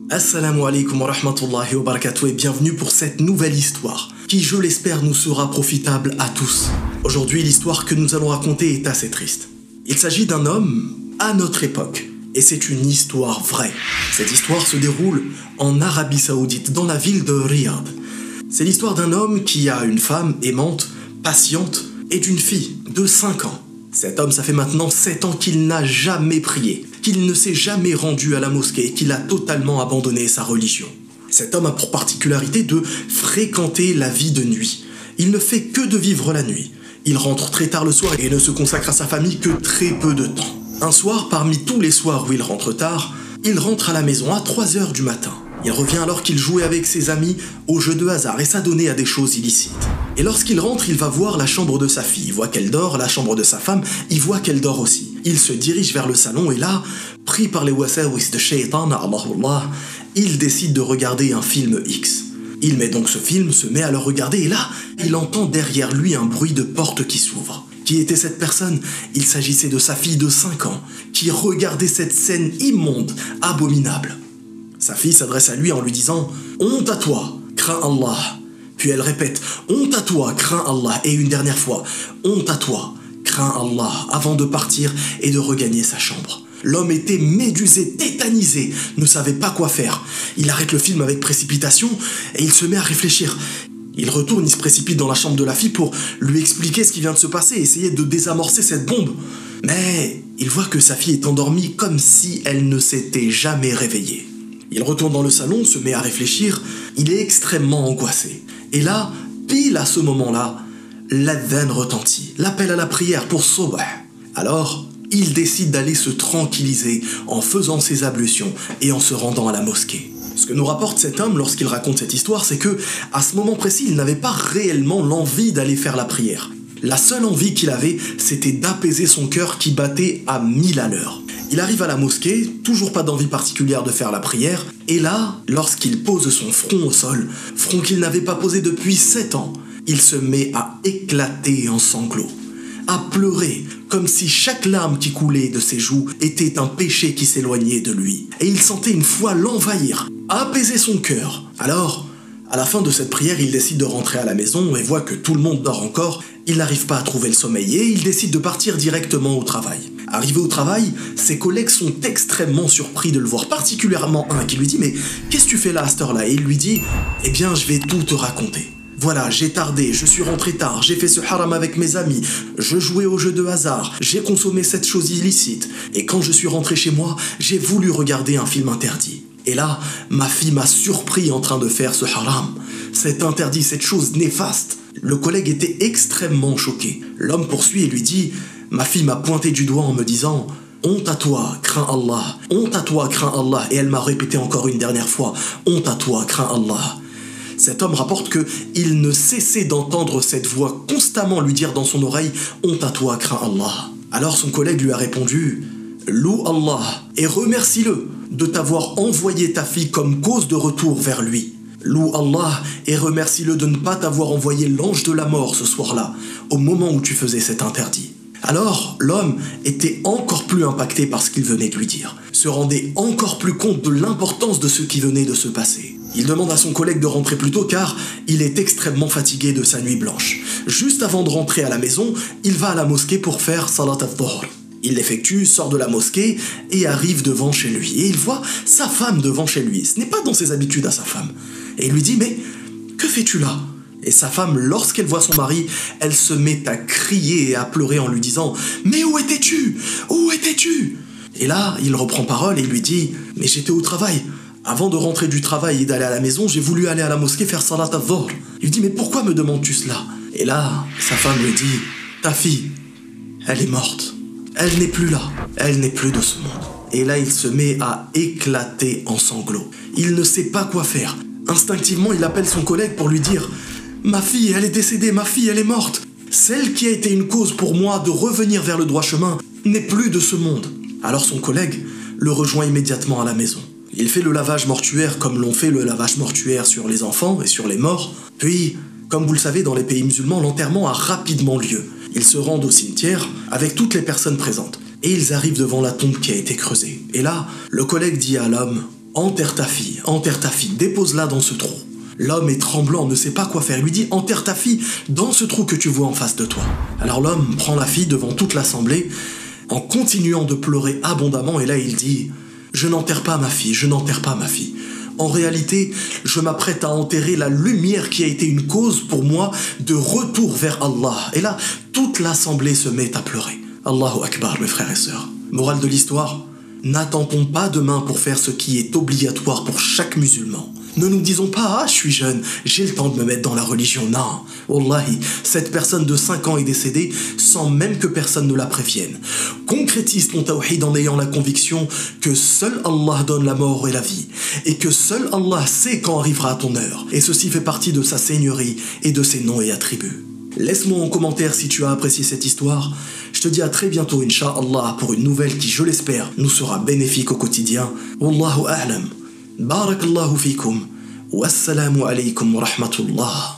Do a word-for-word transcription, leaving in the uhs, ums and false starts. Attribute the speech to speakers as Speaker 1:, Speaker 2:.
Speaker 1: Assalamu alaikum wa rahmatullahi wa barakatuh et bienvenue pour cette nouvelle histoire qui, je l'espère, nous sera profitable à tous. Aujourd'hui, l'histoire que nous allons raconter est assez triste. Il s'agit d'un homme à notre époque et c'est une histoire vraie. Cette histoire se déroule en Arabie Saoudite, dans la ville de Riyad. C'est l'histoire d'un homme qui a une femme aimante, patiente et d'une fille de cinq ans. Cet homme, ça fait maintenant sept ans qu'il n'a jamais prié, qu'il ne s'est jamais rendu à la mosquée et qu'il a totalement abandonné sa religion. Cet homme a pour particularité de fréquenter la vie de nuit. Il ne fait que de vivre la nuit. Il rentre très tard le soir et ne se consacre à sa famille que très peu de temps. Un soir, parmi tous les soirs où il rentre tard, il rentre à la maison à trois heures du matin. Il revient alors qu'il jouait avec ses amis au jeu de hasard et s'adonnait à des choses illicites. Et lorsqu'il rentre, il va voir la chambre de sa fille. Il voit qu'elle dort, la chambre de sa femme, il voit qu'elle dort aussi. Il se dirige vers le salon et là, pris par les wasawis de shaitan, Allah, il décide de regarder un film X. Il met donc ce film, se met à le regarder et là, il entend derrière lui un bruit de porte qui s'ouvre. Qui était cette personne? Il s'agissait de sa fille de cinq ans, qui regardait cette scène immonde, abominable. Sa fille s'adresse à lui en lui disant « Honte à toi, crains Allah ». Puis elle répète « Honte à toi, crains Allah » et une dernière fois « Honte à toi, crains Allah » avant de partir et de regagner sa chambre. L'homme était médusé, tétanisé, ne savait pas quoi faire. Il arrête le film avec précipitation et il se met à réfléchir. Il retourne, il se précipite dans la chambre de la fille pour lui expliquer ce qui vient de se passer, essayer de désamorcer cette bombe. Mais il voit que sa fille est endormie comme si elle ne s'était jamais réveillée. Il retourne dans le salon, se met à réfléchir, il est extrêmement angoissé. Et là, pile à ce moment-là, l'adhan retentit, l'appel à la prière pour Sobh. Alors, il décide d'aller se tranquilliser en faisant ses ablutions et en se rendant à la mosquée. Ce que nous rapporte cet homme lorsqu'il raconte cette histoire, c'est que, à ce moment précis, il n'avait pas réellement l'envie d'aller faire la prière. La seule envie qu'il avait, c'était d'apaiser son cœur qui battait à mille à l'heure. Il arrive à la mosquée, toujours pas d'envie particulière de faire la prière, et là, lorsqu'il pose son front au sol, front qu'il n'avait pas posé depuis sept ans, il se met à éclater en sanglots, à pleurer, comme si chaque larme qui coulait de ses joues était un péché qui s'éloignait de lui. Et il sentait une foi l'envahir, apaiser son cœur. Alors, à la fin de cette prière, il décide de rentrer à la maison et voit que tout le monde dort encore. Il n'arrive pas à trouver le sommeil et il décide de partir directement au travail. Arrivé au travail, ses collègues sont extrêmement surpris de le voir, particulièrement un qui lui dit « Mais qu'est-ce que tu fais là à cette heure-là » Et il lui dit « Eh bien, je vais tout te raconter. Voilà, j'ai tardé, je suis rentré tard, j'ai fait ce haram avec mes amis, je jouais au jeu de hasard, j'ai consommé cette chose illicite, et quand je suis rentré chez moi, j'ai voulu regarder un film interdit. Et là, ma fille m'a surpris en train de faire ce haram, cet interdit, cette chose néfaste. » Le collègue était extrêmement choqué. L'homme poursuit et lui dit « Ma fille m'a pointé du doigt en me disant « Honte à toi, crains Allah, honte à toi, crains Allah. » Et elle m'a répété encore une dernière fois « Honte à toi, crains Allah. » Cet homme rapporte qu'il ne cessait d'entendre cette voix constamment lui dire dans son oreille « Honte à toi, crains Allah. » Alors son collègue lui a répondu « Loue Allah et remercie-le de t'avoir envoyé ta fille comme cause de retour vers lui. Loue Allah et remercie-le de ne pas t'avoir envoyé l'ange de la mort ce soir-là, au moment où tu faisais cet interdit. » Alors, l'homme était encore plus impacté par ce qu'il venait de lui dire, se rendait encore plus compte de l'importance de ce qui venait de se passer. Il demande à son collègue de rentrer plus tôt car il est extrêmement fatigué de sa nuit blanche. Juste avant de rentrer à la maison, il va à la mosquée pour faire Salat al-Dhuhr. Il l'effectue, sort de la mosquée et arrive devant chez lui. Et il voit sa femme devant chez lui. Ce n'est pas dans ses habitudes à sa femme. Et il lui dit « Mais que fais-tu là ?» Et sa femme, lorsqu'elle voit son mari, elle se met à crier et à pleurer en lui disant « Mais où étais-tu? Où étais-tu » Et là, il reprend parole et lui dit « Mais j'étais au travail. Avant de rentrer du travail et d'aller à la maison, j'ai voulu aller à la mosquée faire Salat al-Dhuhr. » Il dit « Mais pourquoi me demandes-tu cela ?» Et là, sa femme lui dit « Ta fille, elle est morte. Elle n'est plus là. Elle n'est plus de ce monde. » Et là, il se met à éclater en sanglots. Il ne sait pas quoi faire. Instinctivement, il appelle son collègue pour lui dire « Ma fille, elle est décédée, ma fille, elle est morte. Celle qui a été une cause pour moi de revenir vers le droit chemin n'est plus de ce monde. » Alors son collègue le rejoint immédiatement à la maison. Il fait le lavage mortuaire comme l'on fait le lavage mortuaire sur les enfants et sur les morts. Puis, comme vous le savez, dans les pays musulmans, l'enterrement a rapidement lieu. Ils se rendent au cimetière avec toutes les personnes présentes. Et ils arrivent devant la tombe qui a été creusée. Et là, le collègue dit à l'homme « enterre ta fille, enterre ta fille, dépose-la dans ce trou. L'homme est tremblant, ne sait pas quoi faire. Il lui dit, enterre ta fille dans ce trou que tu vois en face de toi. Alors l'homme prend la fille devant toute l'assemblée, en continuant de pleurer abondamment, et là il dit, je n'enterre pas ma fille, je n'enterre pas ma fille. En réalité, je m'apprête à enterrer la lumière qui a été une cause pour moi de retour vers Allah. Et là, toute l'assemblée se met à pleurer. Allahu Akbar, mes frères et sœurs. Morale de l'histoire, n'attendons pas demain pour faire ce qui est obligatoire pour chaque musulman. Ne nous disons pas « Ah, je suis jeune, j'ai le temps de me mettre dans la religion ». Non, wallahi, cette personne de cinq ans est décédée sans même que personne ne la prévienne. Concrétise ton tawhid en ayant la conviction que seul Allah donne la mort et la vie, et que seul Allah sait quand arrivera ton heure. Et ceci fait partie de sa seigneurie et de ses noms et attributs. Laisse-moi en commentaire si tu as apprécié cette histoire. Je te dis à très bientôt, Inch'Allah, pour une nouvelle qui, je l'espère, nous sera bénéfique au quotidien. Wallahu a'lam. Barakallahu fikum. Wassalamu alaykum wa rahmatullah.